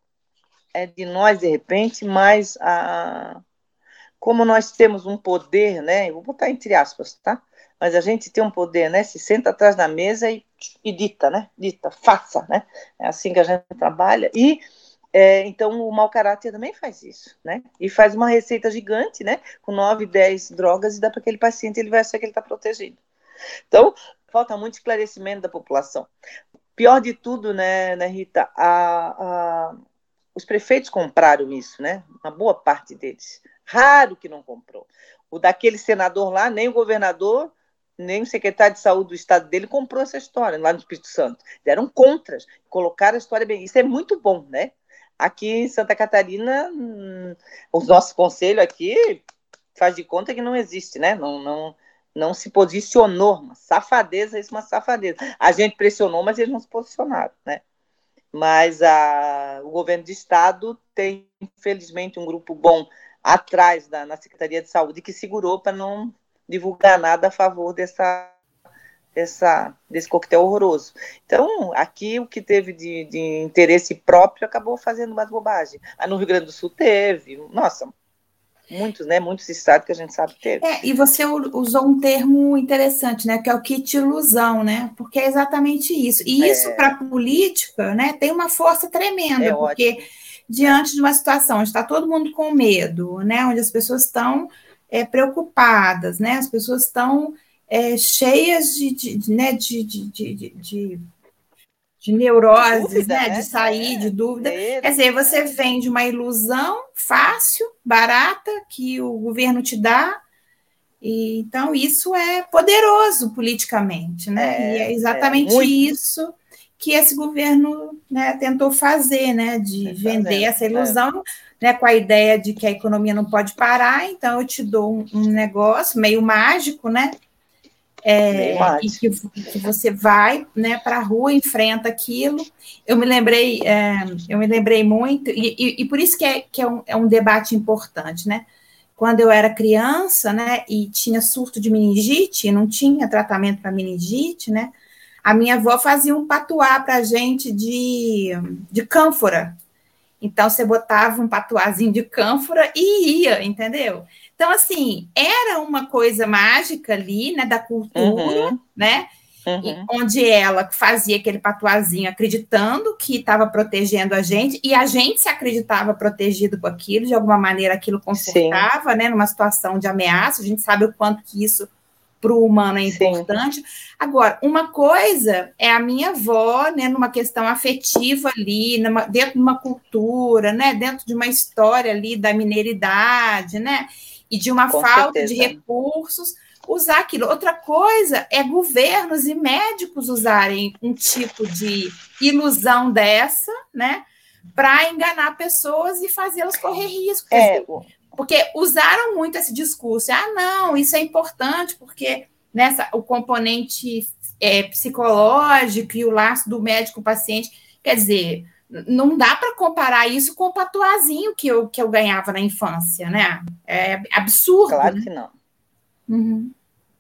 é de nós, de repente, mas a... como nós temos um poder, né? Eu vou botar entre aspas, tá? Mas a gente tem um poder, né? Se senta atrás da mesa e, e dita, né? Dita, faça, né? É assim que a gente trabalha. E, é, então, o mau caráter também faz isso, né? E faz uma receita gigante, né? Com nove, dez drogas e dá para aquele paciente, ele vai achar que ele está protegido. Então, falta muito esclarecimento da população. Pior de tudo, né, né Rita? A... a... Os prefeitos compraram isso, né? Uma boa parte deles. Raro que não comprou. O daquele senador lá, nem o governador, nem o secretário de saúde do estado dele comprou essa história lá no Espírito Santo. Deram contras, colocaram a história bem. Isso é muito bom, né? Aqui em Santa Catarina, hum, o nosso conselho aqui faz de conta que não existe, né? Não, não, não se posicionou. Uma safadeza, isso é uma safadeza. A gente pressionou, mas eles não se posicionaram, né? Mas a, o governo de estado tem, infelizmente, um grupo bom atrás da, na Secretaria de Saúde que segurou para não divulgar nada a favor dessa, dessa, desse coquetel horroroso. Então, aqui o que teve de, de interesse próprio acabou fazendo mais bobagem. Ah, no Rio Grande do Sul teve, nossa, muitos, né? Muitos estados que a gente sabe que teve. É, e você usou um termo interessante, né? Que é o kit ilusão, né? Porque é exatamente isso. E isso, é... para a política, né, tem uma força tremenda, é porque ótimo. Diante de uma situação onde está todo mundo com medo, né? Onde as pessoas estão é, preocupadas, né? As pessoas estão é, cheias de, de, de, né? de, de, de, de de neuroses, dúvida, né? De sair, é, de dúvida. É, Quer dizer, você vende uma ilusão fácil, barata, que o governo te dá, e então isso é poderoso politicamente, né? É, e é exatamente é, isso que esse governo, né, tentou fazer, né? De é vender essa ilusão, é. né? Com a ideia de que a economia não pode parar, então eu te dou um, um negócio meio mágico, né? É, e que, que você vai, né, para a rua, enfrenta aquilo. Eu me lembrei, é, eu me lembrei muito, e, e, e por isso que, é, que é, um, é um debate importante, né? Quando eu era criança, né, e tinha surto de meningite, não tinha tratamento para meningite, né? A minha avó fazia um patuá para a gente de, de cânfora. Então, você botava um patuazinho de cânfora e ia, entendeu? Então, assim, era uma coisa mágica ali, né, da cultura, uhum. né, uhum. onde ela fazia aquele patuazinho acreditando que estava protegendo a gente, e a gente se acreditava protegido com aquilo, de alguma maneira aquilo confortava, Sim. né, numa situação de ameaça, a gente sabe o quanto que isso para o humano é importante. Sim. Agora, uma coisa é a minha avó, né, numa questão afetiva ali, numa, dentro de uma cultura, né, dentro de uma história ali da mineiridade, né, e de uma Com falta certeza. de recursos, usar aquilo. Outra coisa é governos e médicos usarem um tipo de ilusão dessa, né, para enganar pessoas e fazê-las correr risco. É, porque usaram muito esse discurso. Ah, não, isso é importante, porque nessa, o componente é, psicológico e o laço do médico-paciente, quer dizer, não dá para comparar isso com o patuazinho que eu, que eu ganhava na infância, né? É absurdo. Claro né? que não. Uhum.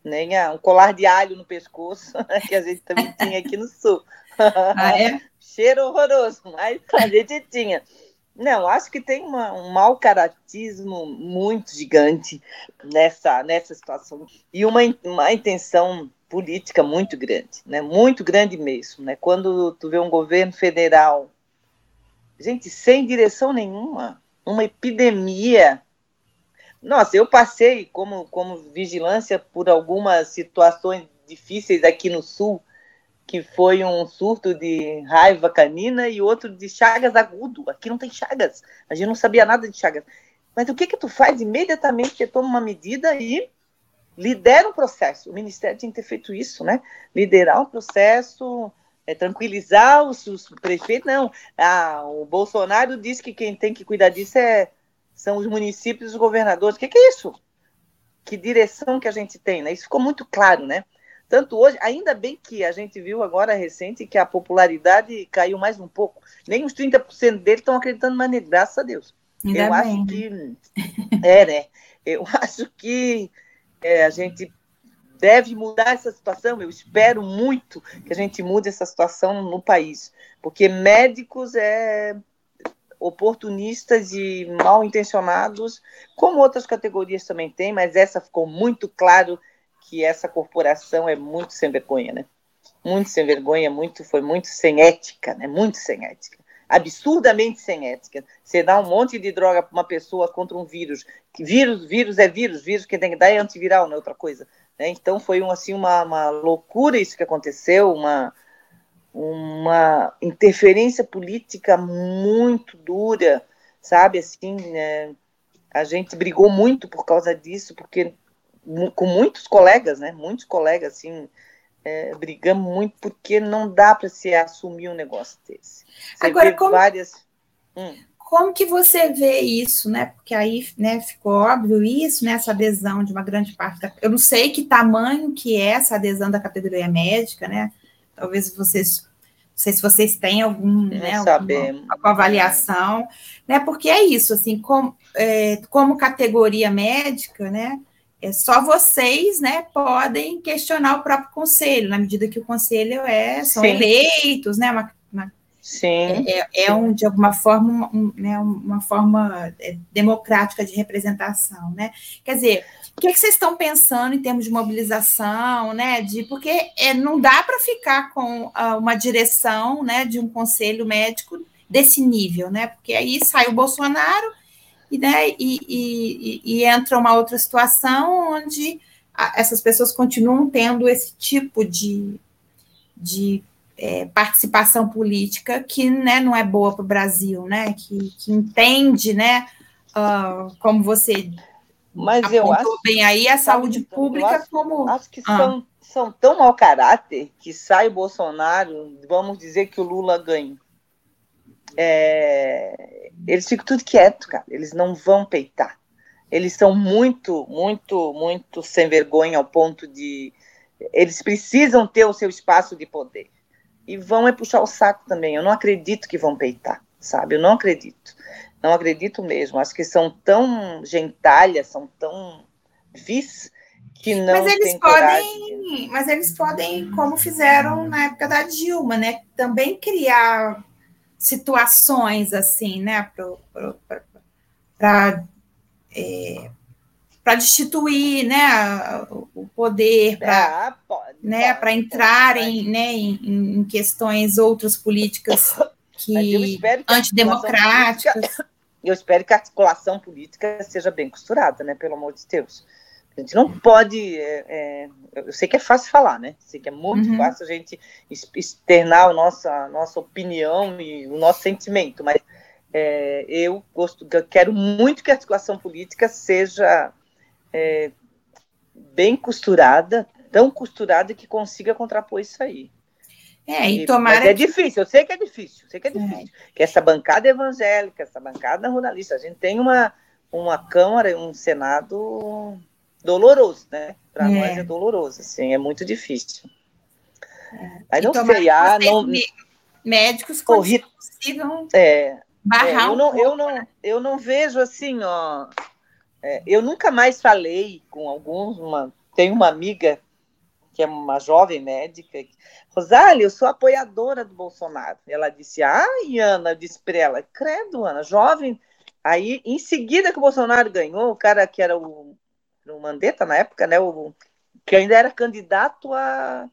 nem a, um colar de alho no pescoço, que a gente também tinha aqui no Sul. Ah, é? Cheiro horroroso, mas a gente tinha. Não, acho que tem uma, um mau caratismo muito gigante nessa, nessa situação e uma, uma intenção política muito grande, né? Muito grande mesmo, né? Quando tu vê um governo federal, gente, sem direção nenhuma, uma epidemia. Nossa, eu passei como, como vigilância por algumas situações difíceis aqui no Sul, que foi um surto de raiva canina e outro de Chagas agudo. Aqui não tem Chagas, a gente não sabia nada de Chagas. Mas o que que tu faz? Imediatamente você toma uma medida e lidera um processo. O Ministério tinha que ter feito isso, né? Liderar um processo, é, tranquilizar os, os prefeitos. Não, ah, o Bolsonaro disse que quem tem que cuidar disso é, são os municípios e os governadores. O que que é isso? Que direção que a gente tem, né? Isso ficou muito claro, né? Tanto hoje, ainda bem que a gente viu agora recente que a popularidade caiu mais um pouco. Nem os trinta por cento deles estão acreditando mais nele, graças a Deus. Ainda Eu bem, acho né? que... É, né? Eu acho que é, a gente deve mudar essa situação. Eu espero muito que a gente mude essa situação no país. Porque médicos é oportunistas e mal intencionados, como outras categorias também tem, mas essa ficou muito claro que essa corporação é muito sem vergonha, né? Muito sem vergonha, muito, foi muito sem ética, né? Muito sem ética. Absurdamente sem ética. Você dá um monte de droga para uma pessoa contra um vírus. Que vírus, vírus é vírus, vírus que tem que dar é antiviral, não é outra coisa. Né? Então foi um, assim, uma, uma loucura isso que aconteceu, uma, uma interferência política muito dura, sabe? Assim, né? A gente brigou muito por causa disso, porque com muitos colegas, né? Muitos colegas, assim, é, brigamos muito porque não dá para se assumir um negócio desse. Você Agora, vê como, várias... Hum. como que você vê isso, né? Porque aí, né, ficou óbvio isso, né? Essa adesão de uma grande parte da... Eu não sei que tamanho que é essa adesão da categoria médica, né? Talvez vocês... Não sei se vocês têm algum, né, alguma, alguma avaliação, né? Porque é isso, assim, como, é, como categoria médica, né? É só vocês, né, podem questionar o próprio conselho, na medida que o conselho é, são Sim. eleitos, né? Uma, uma, Sim. É, é um, de alguma forma, um, né, uma forma democrática de representação, né? Quer dizer, o que, é que vocês estão pensando em termos de mobilização, né? De, porque é, não dá para ficar com uh, uma direção, né, de um conselho médico desse nível, né? Porque aí sai o Bolsonaro e, né, e, e, e entra uma outra situação onde a, essas pessoas continuam tendo esse tipo de, de é, participação política que, né, não é boa para o Brasil, né? Que, que entende, né, uh, como você... Mas eu acho bem aí a saúde então, pública acho, como... Acho que ah. são, são tão mau caráter que sai o Bolsonaro, vamos dizer que o Lula ganha. É, eles ficam tudo quietos, cara. Eles não vão peitar. Eles são muito, muito, muito sem vergonha ao ponto de... Eles precisam ter o seu espaço de poder. E vão é puxar o saco também. Eu não acredito que vão peitar, sabe? Eu não acredito. Não acredito mesmo. Acho que são tão gentalhas, são tão vis que não mas eles têm podem, coragem. Mas eles podem, como fizeram na época da Dilma, né? Também criar situações assim, né? Para é, para destituir, né, o poder, para ah, pode, né, pode, entrarem, né, em, em questões outras políticas que, que antidemocráticas. Política, eu espero que a articulação política seja bem costurada, né, pelo amor de Deus. A gente não pode... É, é, eu sei que é fácil falar, né? Sei que é muito uhum. fácil a gente externar a nossa, a nossa opinião e o nosso sentimento, mas é, eu, gosto, eu quero muito que a articulação política seja... É, bem costurada, tão costurada que consiga contrapor isso aí. É, e tomara Mas é que... difícil, eu sei que é difícil, eu sei que é difícil. É. Que essa bancada evangélica, essa bancada ruralista, a gente tem uma, uma Câmara, um Senado doloroso, né? Para é. nós é doloroso, assim, é muito difícil. É. Mas não sei, ah, não... médicos consigam é, barrar é, eu um não, pouco, eu não, né? eu não vejo assim, ó... É, eu nunca mais falei com alguns, uma, tem uma amiga que é uma jovem médica, Rosália, eu sou apoiadora do Bolsonaro. Ela disse, ah, Ana, eu disse para ela, credo, Ana, jovem. Aí, em seguida que o Bolsonaro ganhou, o cara que era o, o Mandetta na época, né, o, que ainda era candidato a,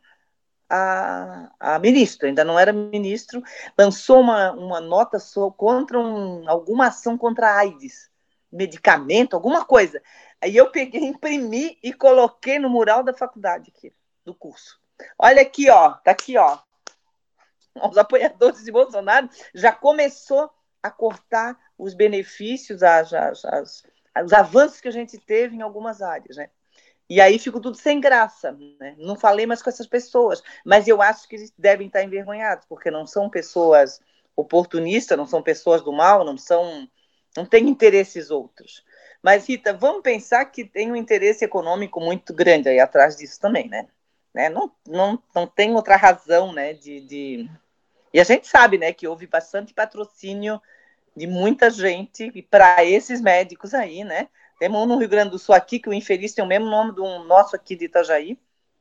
a, a ministro, ainda não era ministro, lançou uma, uma nota contra um, alguma ação contra a AIDS, medicamento, alguma coisa. Aí eu peguei, imprimi e coloquei no mural da faculdade aqui, do curso. Olha aqui, ó, tá aqui, ó. Os apoiadores de Bolsonaro já começou a cortar os benefícios, as, as, as, os avanços que a gente teve em algumas áreas, né? E aí ficou tudo sem graça, né? Não falei mais com essas pessoas, mas eu acho que eles devem estar envergonhados, porque não são pessoas oportunistas, não são pessoas do mal, não são, não têm interesses outros. Mas, Rita, vamos pensar que tem um interesse econômico muito grande aí atrás disso também, né? Né? Não, não, não tem outra razão, né? De, de... E a gente sabe, né, que houve bastante patrocínio de muita gente para esses médicos aí, né? Temos um no Rio Grande do Sul aqui, que o infeliz tem o mesmo nome do nosso aqui de Itajaí,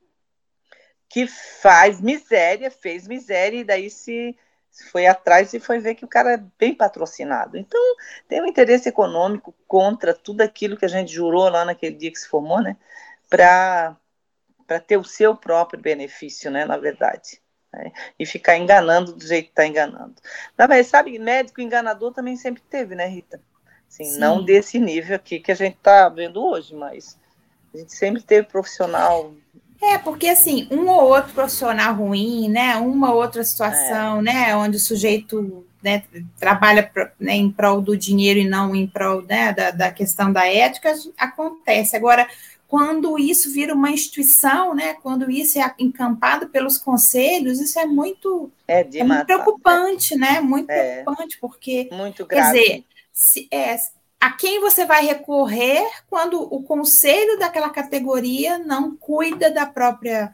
que faz miséria, fez miséria, e daí se foi atrás e foi ver que o cara é bem patrocinado. Então, tem um interesse econômico contra tudo aquilo que a gente jurou lá naquele dia que se formou, né? Para para ter o seu próprio benefício, né, na verdade. Né? E ficar enganando do jeito que está enganando. Mas, sabe, médico enganador também sempre teve, né, Rita? Assim, não desse nível aqui que a gente está vendo hoje, mas a gente sempre teve profissional... É, porque assim, um ou outro profissional ruim, né, uma outra situação, é. né, onde o sujeito, né, trabalha pra, né, em prol do dinheiro e não em prol, né, da, da questão da ética, acontece. Agora, quando isso vira uma instituição, né, quando isso é encampado pelos conselhos, isso é muito, é de é muito preocupante, né, muito é. preocupante, porque, muito grave. Quer dizer, se, é, a quem você vai recorrer quando o conselho daquela categoria não cuida da própria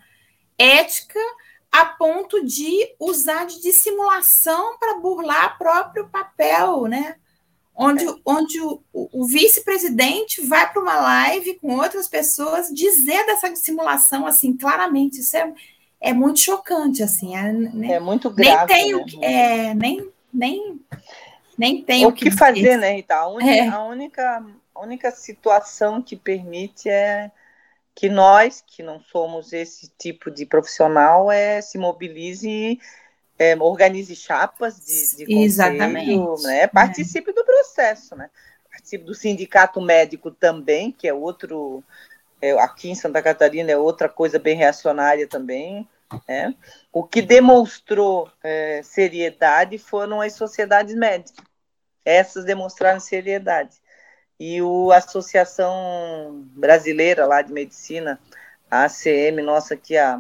ética a ponto de usar de dissimulação para burlar o próprio papel, né? Onde, é. onde o, o vice-presidente vai para uma live com outras pessoas dizer dessa dissimulação, assim, claramente. Isso é, é muito chocante, assim. É, nem, é muito grave, nem tem né? o que, é, nem, nem, nem tem o, o que, que fazer, né, Rita? A única, é. a, única, a única situação que permite é que nós, que não somos esse tipo de profissional, é, se mobilize e É, organize chapas de, de conselho, né? Participe é. do processo, né? Participe do sindicato médico também, que é outro, é, aqui em Santa Catarina é outra coisa bem reacionária também, né? O que demonstrou é, seriedade foram as sociedades médicas, essas demonstraram seriedade, e o, a Associação Brasileira lá de Medicina, a A C M, nossa, aqui a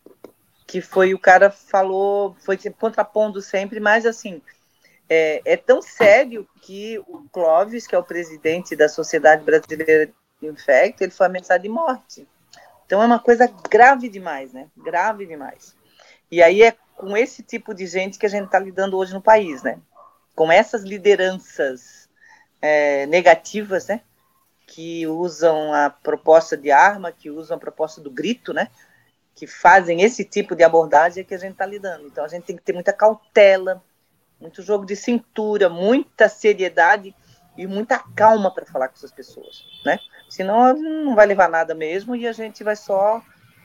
que foi o cara falou, foi contrapondo sempre, mas assim, é, é tão sério que o Clóvis, que é o presidente da Sociedade Brasileira de Infecto, ele foi ameaçado de morte. Então é uma coisa grave demais, né? Grave demais. E aí é com esse tipo de gente que a gente está lidando hoje no país, né? Com essas lideranças é, negativas, né? Que usam a proposta de arma, que usam a proposta do grito, né? Que fazem esse tipo de abordagem é que a gente está lidando. Então, a gente tem que ter muita cautela, muito jogo de cintura, muita seriedade e muita calma para falar com essas pessoas, né? Senão, não vai levar nada mesmo e a gente vai só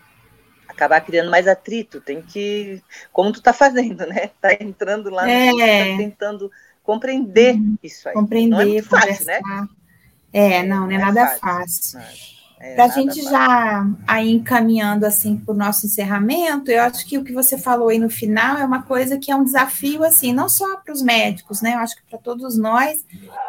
acabar criando mais atrito. Tem que, como tu está fazendo, né? Tá entrando lá, é. no, tá tentando compreender uhum. isso aí. Compreender, não é muito fácil, conversar. né? É, não, não é, não é nada fácil. fácil. É, para a gente fácil. já aí encaminhando assim para o nosso encerramento, eu acho que o que você falou aí no final é uma coisa que é um desafio, assim, não só para os médicos, né? Eu acho que para todos nós,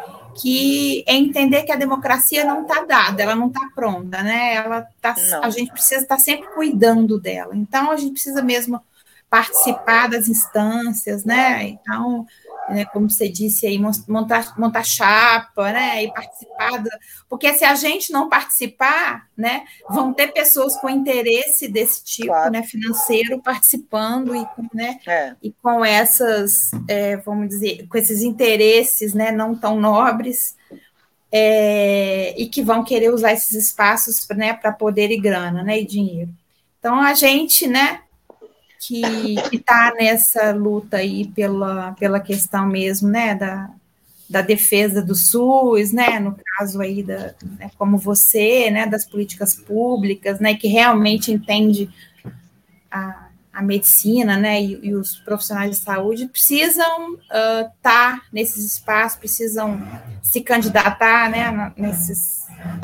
que é entender que a democracia não está dada, ela não está pronta, né? Ela tá, a gente precisa estar tá sempre cuidando dela. Então, a gente precisa mesmo participar das instâncias, né? Então, né, como você disse aí, montar, montar chapa, né, e participar, do, porque se a gente não participar, né, vão ter pessoas com interesse desse tipo, claro. né, financeiro, participando e com, né, é. e com essas, é, vamos dizer, com esses interesses, né, não tão nobres, é, e que vão querer usar esses espaços, né, para poder e grana, né, e dinheiro. Então, a gente, né, que está nessa luta aí pela, pela questão mesmo, né, da, da defesa do SUS, né, no caso aí, da, né, como você, né, das políticas públicas, né, que realmente entende a, a medicina, né, e, e os profissionais de saúde precisam estar uh, tá nesses espaços, precisam se candidatar, né, nesses...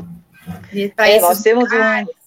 É, nós temos um...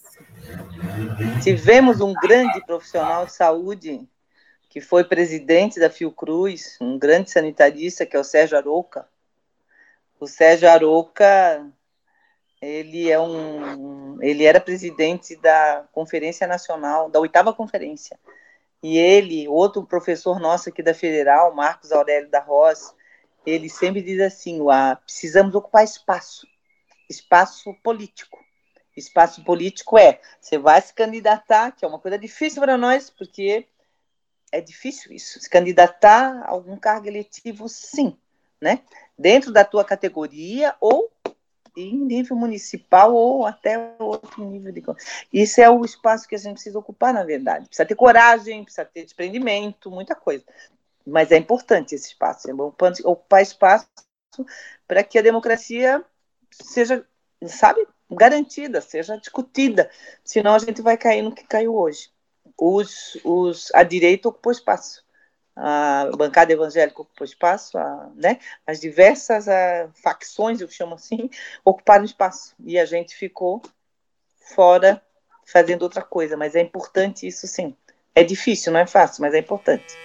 Tivemos um grande profissional de saúde que foi presidente da Fiocruz, um grande sanitarista, que é o Sérgio Arouca. O Sérgio Arouca, ele, é um, ele era presidente da Conferência Nacional, da oitava conferência. E ele, outro professor nosso aqui da Federal, Marcos Aurélio da Rosa, ele sempre diz assim, ah, precisamos ocupar espaço, espaço político. Espaço político é, você vai se candidatar, que é uma coisa difícil para nós, porque é difícil isso, se candidatar a algum cargo eletivo, sim, né? Dentro da tua categoria ou em nível municipal ou até outro nível de... Isso é o espaço que a gente precisa ocupar, na verdade. Precisa ter coragem, precisa ter desprendimento, muita coisa. Mas é importante esse espaço, é importante ocupar espaço para que a democracia seja, sabe, garantida, seja discutida, senão a gente vai cair no que caiu hoje. Os, os, a direita ocupou espaço, a bancada evangélica ocupou espaço, a, né, as diversas a, facções, eu chamo assim, ocuparam espaço, e a gente ficou fora fazendo outra coisa, mas é importante isso sim. É difícil, não é fácil, mas é importante.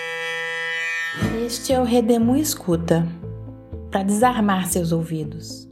Este é o Redemoinho Escuta, para desarmar seus ouvidos.